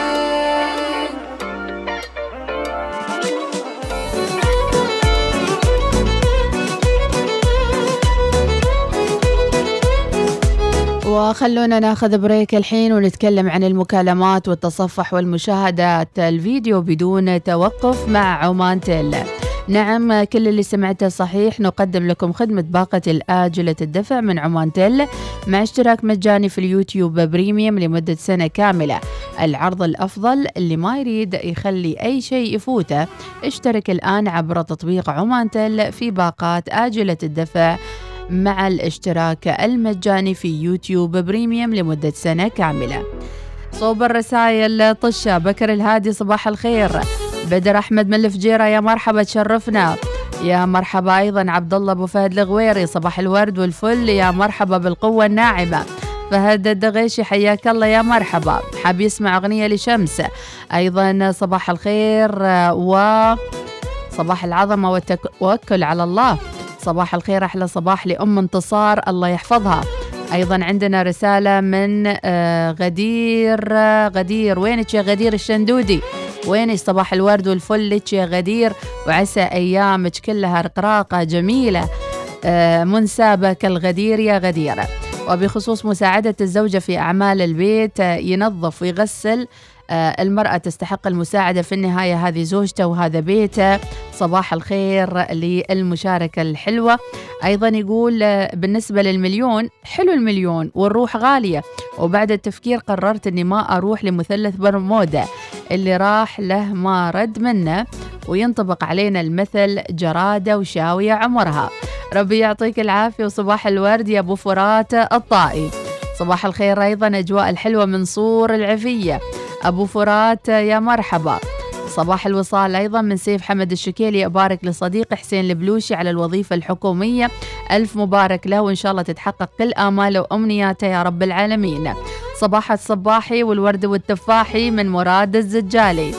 وخلونا ناخذ بريك الحين ونتكلم عن المكالمات والتصفح والمشاهدات الفيديو بدون توقف مع عمان تيل. نعم، كل اللي سمعته صحيح، نقدم لكم خدمة باقة الآجلة الدفع من عمان تيل مع اشتراك مجاني في اليوتيوب بريميوم لمدة سنة كاملة. العرض الأفضل اللي ما يريد يخلي أي شيء يفوته، اشترك الآن عبر تطبيق عمان تيل في باقات آجلة الدفع مع الاشتراك المجاني في يوتيوب بريميوم لمدة سنة كاملة. صوب الرسائل طشة بكر الهادي صباح الخير. بدر أحمد من الفجيرة يا مرحبا تشرفنا. يا مرحبا أيضا عبد الله أبو فهد الغويري صباح الورد والفل يا مرحبا بالقوة الناعمة. فهد الدغيشي حياك الله يا مرحبا، حاب يسمع أغنية لشمس. أيضا صباح الخير وصباح العظمة والتوكل على الله. صباح الخير أحلى صباح لأم انتصار الله يحفظها. أيضا عندنا رسالة من غدير وينك يا غدير الشندودي؟ وينك؟ صباح الورد والفل لك يا غدير، وعسى أيامك كلها رقراقة جميلة منسابة كالغدير يا غدير. وبخصوص مساعدة الزوجة في أعمال البيت، ينظف ويغسل، المرأة تستحق المساعدة، في النهاية هذه زوجته وهذا بيته. صباح الخير للمشاركة الحلوة. أيضا يقول بالنسبة للمليون، حلو المليون والروح غالية، وبعد التفكير قررت أني ما أروح لمثلث برمودا اللي راح له ما رد منه، وينطبق علينا المثل جرادة وشاوية عمرها. ربي يعطيك العافية وصباح الورد يا أبو فرات الطائي. صباح الخير أيضا أجواء الحلوة من صور العفية أبو فرات يا مرحبا. صباح الوصال أيضا من سيف حمد الشكيلي، أبارك لصديق حسين البلوشي على الوظيفة الحكومية، ألف مبارك له وإن شاء الله تتحقق كل آماله وأمنياته يا رب العالمين. صباح الصباحي والورد والتفاحي من مراد الزجالي،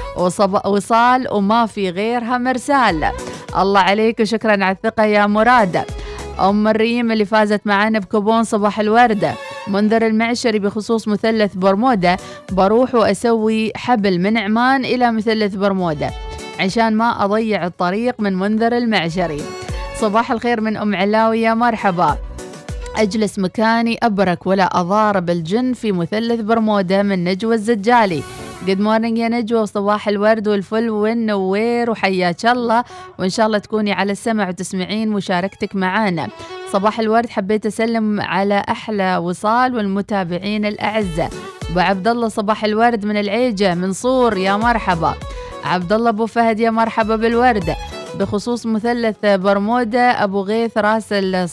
وصال وما في غيرها مرسال. الله عليك وشكرا على الثقة يا مراد. أم الريم اللي فازت معانا بكوبون صباح الوردة. منذر المعشري بخصوص مثلث برمودا، بروح وأسوي حبل من عمان إلى مثلث برمودا عشان ما أضيع الطريق من منذر المعشري. صباح الخير من أم علاوي يا مرحبا. أجلس مكاني أبرك ولا أضارب الجن في مثلث برمودا من نجوى الزجالي. جود مورنينج يا نجوى، وصباح الورد والفل والنوير وحياك الله، وإن شاء الله تكوني على السمع وتسمعين مشاركتك معانا. صباح الورد، حبيت أسلم على أحلى وصال والمتابعين الأعزة. أبو عبد الله صباح الورد من العيجة من صور يا مرحبا. عبد الله أبو فهد يا مرحبا بالوردة. بخصوص مثلث برمودا أبو غيث راسل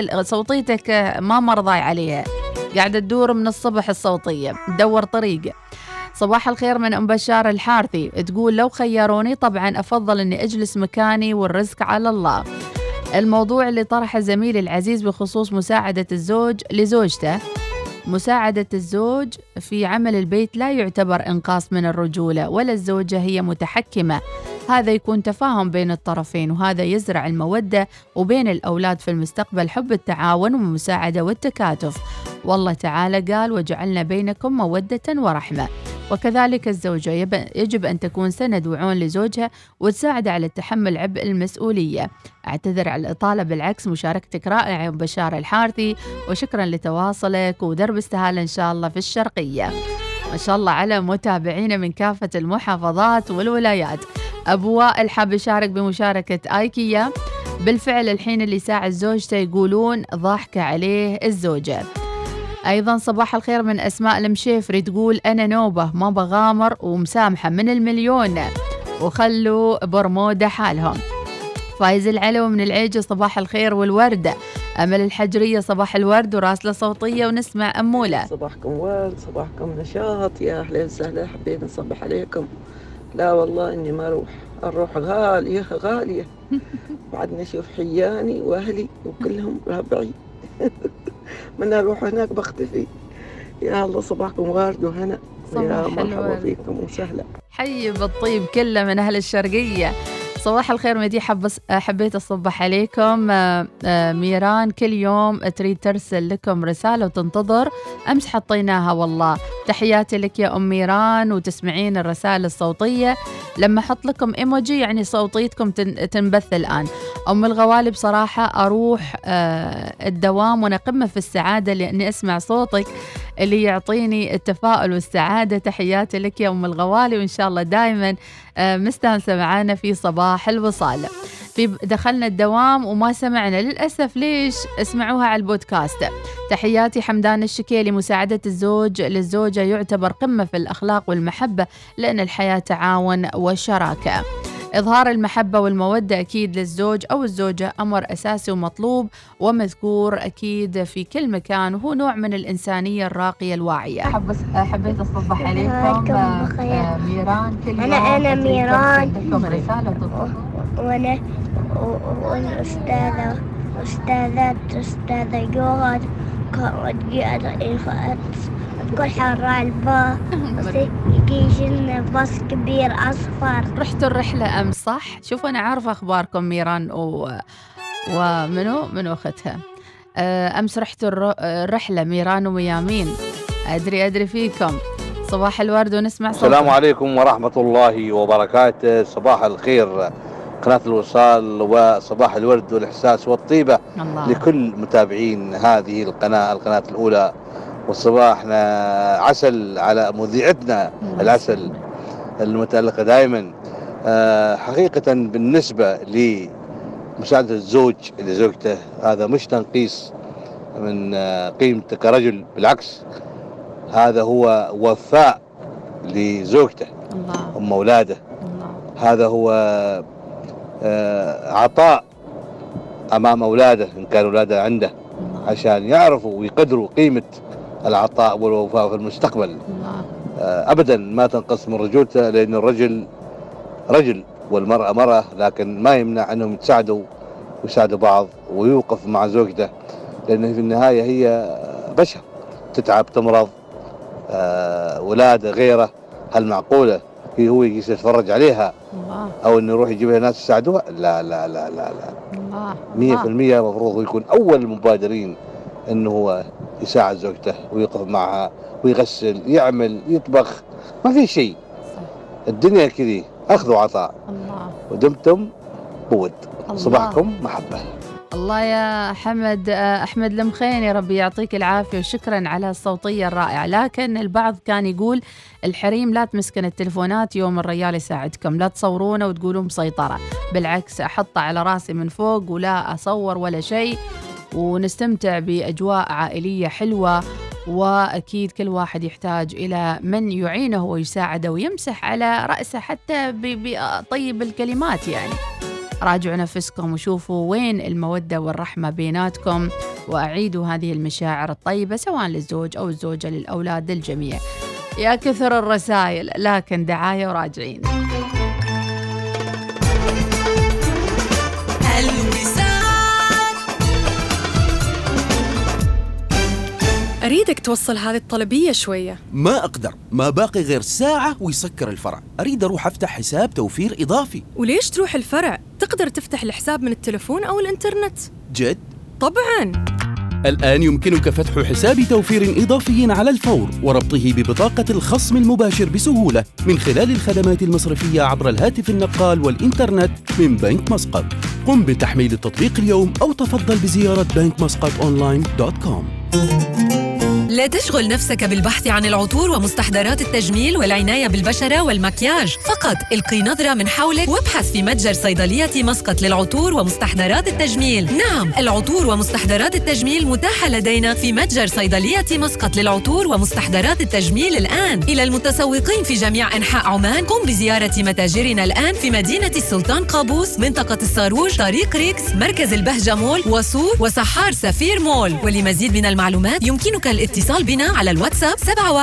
صوتيتك ما مرضاي عليها، قاعدة تدور من الصبح الصوتية تدور طريق. صباح الخير من أم بشار الحارثي، تقول لو خيروني طبعا أفضل أني أجلس مكاني والرزق على الله. الموضوع اللي طرحه زميلي العزيز بخصوص مساعدة الزوج لزوجته، مساعدة الزوج في عمل البيت لا يعتبر إنقاص من الرجولة، ولا الزوجة هي متحكمة. هذا يكون تفاهم بين الطرفين، وهذا يزرع المودة، وبين الأولاد في المستقبل حب التعاون والمساعدة والتكاتف. والله تعالى قال وجعلنا بينكم مودة ورحمة. وكذلك الزوجة يجب أن تكون سند وعون لزوجها وتساعد على تحمل عبء المسؤولية. أعتذر على الإطالة، بالعكس مشاركتك رائعة يا بشار الحارثي، وشكرا لتواصلك ودرب استهالة إن شاء الله في الشرقية. ما شاء الله على متابعينا من كافة المحافظات والولايات. أبو وائل حاب يشارك بمشاركة آيكيا. بالفعل الحين اللي يساعد زوجته يقولون ضاحكة عليه الزوجة. أيضا صباح الخير من أسماء المشيفري، تقول أنا نوبة ما بغامر ومسامحة من المليون وخلوا برمودا حالهم. فايز العلوي من العيجة صباح الخير والوردة. أمل الحجرية صباح الورد وراسلة صوتية ونسمع أمولة. صباحكم ورد، صباحكم نشاط، يا أهلا وسهلا، حبيت نصبح عليكم. لا والله إني ما أروح، الروح غالية غالية. بعد نشوف حياني وأهلي وكلهم ربعي. من أروح هناك بختفي. يا الله صباحكم ورد وهنا، يا مرحبا فيكم وسهلا. حي بالطيب كله من أهل الشرقية. صباح الخير مديحة، بس حبيت أصبح عليكم. ميران كل يوم تريد ترسل لكم رسالة وتنتظر، أمس حطيناها والله. تحياتي لك يا أم ميران، وتسمعين الرسائل الصوتية. لما أحط لكم إيموجي يعني صوتيتكم تنبث الآن. أم الغوالي بصراحة أروح الدوام وأنا قمة في السعادة لأني أسمع صوتك اللي يعطيني التفاؤل والسعادة. تحياتي لك يا أم الغوالي، وإن شاء الله دائما مستانسة معانا في صباح الوصال. دخلنا الدوام وما سمعنا للأسف، ليش؟ اسمعوها على البودكاست. تحياتي حمدان الشكيلي. مساعدة الزوج للزوجة يعتبر قمة في الأخلاق والمحبة، لأن الحياة تعاون وشراكة. إظهار المحبة والمودة أكيد للزوج أو الزوجة أمر أساسي ومطلوب ومذكور أكيد في كل مكان، وهو نوع من الإنسانية الراقية الواعية. حبيت أصبح عليكم ميران كل يوم. أنا ميران وأنا أستاذة جوهر كل حرة البا يجينا باص كبير أصفر. رحتوا الرحلة أمس صح؟ شوفوا أنا عارفة أخباركم ميران ومنو أختها. أمس رحتوا الرحلة ميران وميامين. أدري فيكم. صباح الورد ونسمع صوتكم. السلام عليكم ورحمة الله وبركاته. صباح الخير قناة الوصال، وصباح الورد والإحساس والطيبة الله. لكل متابعين هذه القناة الأولى. وصباحنا عسل على مذيعتنا العسل المتألقة دائما. حقيقة بالنسبة لمساعدة الزوج لزوجته هذا مش تنقيص من قيمته كرجل، بالعكس هذا هو وفاء لزوجته أم أولاده. هذا هو عطاء أمام أولاده إن كان أولاده عنده، عشان يعرفوا ويقدروا قيمة العطاء والوفاء في المستقبل. أبدا ما تنقص من رجولته، لأن الرجل رجل والمرأة مرأة، لكن ما يمنع أنهم يساعدوا بعض ويوقف مع زوجته، لأن في النهاية هي بشر تتعب تمرض، ولادة غيره. هل معقولة هو يجلس يتفرج عليها أو أنه يروح يجيب لها ناس يساعدوها؟ لا لا لا لا لا 100% مفروض يكون أول المبادرين أنه هو يساعد زوجته ويقف معها ويغسل يعمل يطبخ. ما في شيء، الدنيا كذي أخذ وعطاء. ودمتم بود. صباحكم محبة. الله يا أحمد المخيني، ربي يعطيك العافية وشكرا على الصوتية الرائعة. لكن البعض كان يقول الحريم لا تمسكن التلفونات يوم الرجال يساعدكم، لا تصورونه وتقولون مسيطرة. بالعكس أحطه على راسي من فوق ولا أصور ولا شيء، ونستمتع بأجواء عائلية حلوة. وأكيد كل واحد يحتاج إلى من يعينه ويساعده ويمسح على رأسه حتى بطيب الكلمات. يعني راجعوا نفسكم وشوفوا وين المودة والرحمة بيناتكم، وأعيدوا هذه المشاعر الطيبة سواء للزوج أو الزوجة، للأولاد، للجميع. يا كثر الرسائل، لكن دعاية وراجعين. أريدك توصل هذه الطلبية شوية. ما أقدر، ما باقي غير ساعة ويسكر الفرع. أريد أروح أفتح حساب توفير إضافي. وليش تروح الفرع؟ تقدر تفتح الحساب من التلفون أو الإنترنت. جد؟ طبعاً. الآن يمكنك فتح حساب توفير إضافي على الفور وربطه ببطاقة الخصم المباشر بسهولة من خلال الخدمات المصرفية عبر الهاتف النقال والإنترنت من بنك مسقط. قم بتحميل التطبيق اليوم أو تفضل بزيارة bankmuscatonline.com. لا تشغل نفسك بالبحث عن العطور ومستحضرات التجميل والعناية بالبشرة والمكياج، فقط القي نظرة من حولك وابحث في متجر صيدلية مسقط للعطور ومستحضرات التجميل. نعم، العطور ومستحضرات التجميل متاحة لدينا في متجر صيدلية مسقط للعطور ومستحضرات التجميل الآن. إلى المتسوقين في جميع أنحاء عمان، قم بزيارة متاجرنا الآن في مدينة السلطان قابوس، منطقة الصاروج، طريق ريكس، مركز البهجة مول، وسور، وسحار سفير مول. ولمزيد من المعلومات يمكنك الاتصال للاتصال بنا على الواتساب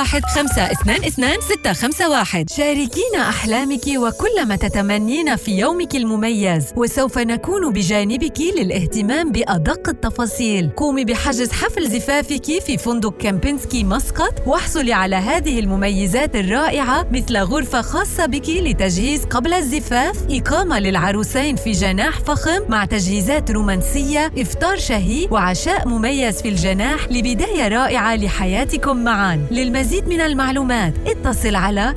71522651. شاركينا أحلامك وكل ما تتمنين في يومك المميز، وسوف نكون بجانبك للاهتمام بأدق التفاصيل. قومي بحجز حفل زفافك في فندق كامبينسكي مسقط، واحصلي على هذه المميزات الرائعة مثل غرفة خاصة بك لتجهيز قبل الزفاف، إقامة للعروسين في جناح فخم مع تجهيزات رومانسية، إفطار شهي وعشاء مميز في الجناح لبداية رائعة لحياتكم معاً. للمزيد من المعلومات اتصل على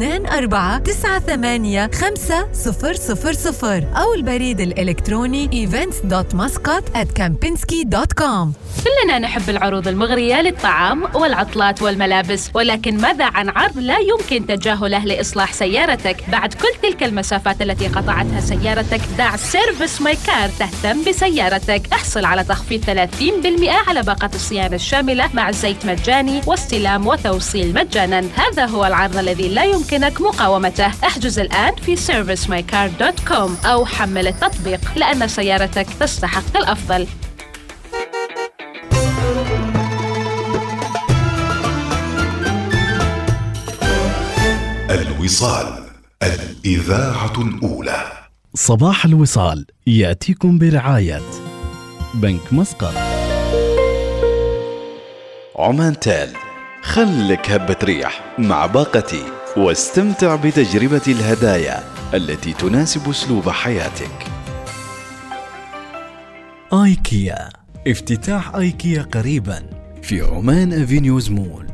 24985000 أو البريد الإلكتروني events.muscat@kempinski.com. كلنا نحب العروض المغرية للطعام والعطلات والملابس، ولكن ماذا عن عرض لا يمكن تجاهله لإصلاح سيارتك؟ بعد كل تلك المسافات التي قطعتها سيارتك، دع سيرفيس ماي كار تهتم بسيارتك. احصل على تخفيض 30% على باقة الصيانة الشاملة مع زيت مجاني واستلام وتوصيل مجانا. هذا هو العرض الذي لا يمكنك مقاومته. احجز الآن في servicemycar.com أو حمل التطبيق، لأن سيارتك تستحق الأفضل. الوصال، الإذاعة الأولى. صباح الوصال يأتيكم برعاية بنك مسقط. عمان تال، خلك هبة ريح مع باقتي واستمتع بتجربة الهدايا التي تناسب أسلوب حياتك. آيكيا، افتتاح آيكيا قريبا في عمان أفينيوز مول.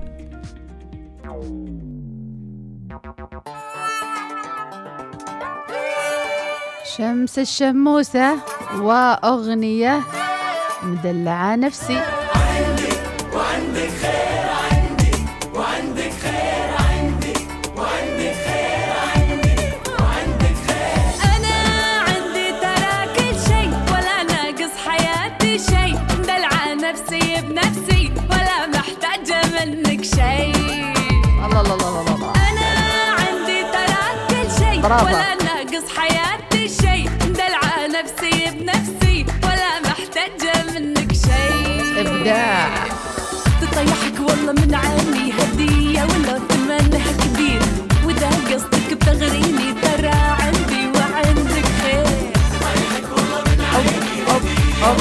شمس الشموسة وأغنية مدلعة نفسي. وعندك خير عندي، وعندك خير عندي، وعندك خير عندي، وعندك خير. أنا عندي ترى كل شي ولا ناقص حياتي شي، مدلعة نفسي بنفسي ولا محتاجة منك شي. الله الله الله الله. أنا عندي ترى كل شي ولا ناقص حياتي شي، مدلعة نفسي بنفسي ولا محتاجة منك شي. إبداع. تطيحك والله من عيني هدية ولا ثمنها كبير، وإذا قصدك بتغريني ترى عندي وعندك خير. تطيحك والله من عيني هدية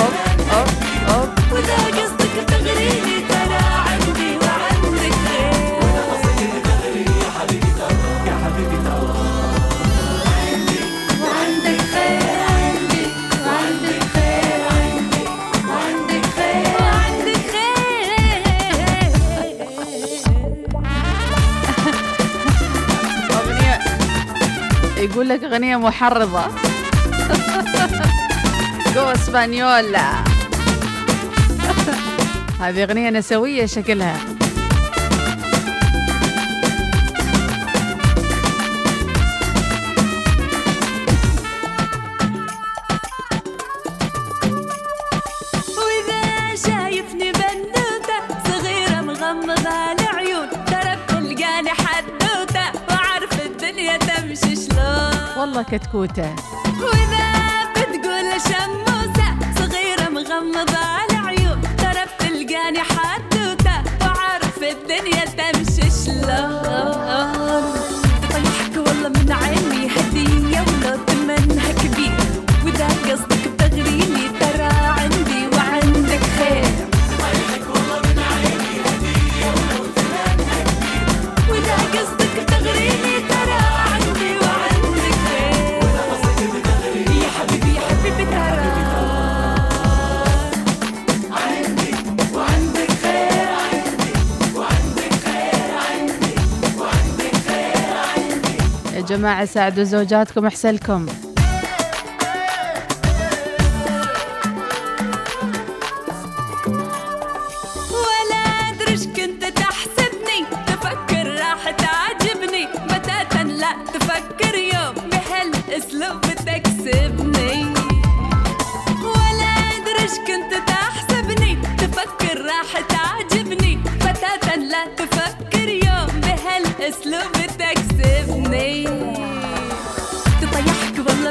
وإذا قصدك بتغريني ترى عندي وعندك خير. وإذا قصدك بتغريني يا حبيبي ترى، يا حبيبي ترى عندي وعندك خير، عندي وعندك خير، عندي وعندك خير، وعندك يقول لك أغنية محرضة. جو اسبانيولا. هذه أغنية نسوية شكلها. وإذا شايفني بنوتة صغيرة مغمضة العيون، ترى بتلقاني حدوتة وعارف الدنيا تمشي شلون. والله كتكوتة. وإذا بتقول شموسة صغيرة مغمضة العيون، ترى بتلقاني حدوتة وعارف الدنيا تمشي شلون. تطيحك والله من عيني هدية ولا ثمنها كبير، وإذا قصدك بتغريني ترى عندي وعندك خير. تطيحك والله من عيني هدية ولا ثمنها كبير، وإذا قصدك بتغريني ترى عندي وعندك خير. وإذا قصدك بتغريني يا حبيبي يا حبيبي ترى عندي وعندك خير، عندي وعندك خير، عندي وعندك خير، عندي. يا جماعة ساعدوا زوجاتكم أحسنكم. ولا أدري إيش كنت تحسبني، تفكر راح تعجبني، بتاتا لا تفكر يوم بهالأسلوب تكسبني. ولا أدري إيش كنت تحسبني، تفكر راح تعجبني، بتاتا لا تفكر يوم بهالأسلوب تكسبني. تطيحك والله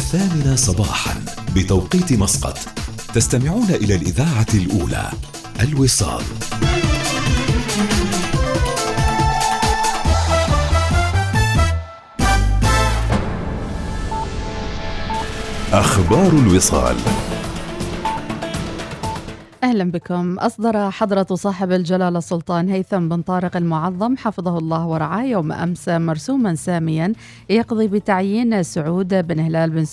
8 صباحا بتوقيت مسقط. تستمعون إلى الإذاعة الأولى الوصال. أخبار الوصال. أهلا بكم. أصدر حضرة صاحب الجلالة السلطان هيثم بن طارق المعظم حفظه الله ورعاه يوم أمس مرسوما ساميا يقضي بتعيين سعود بن هلال بن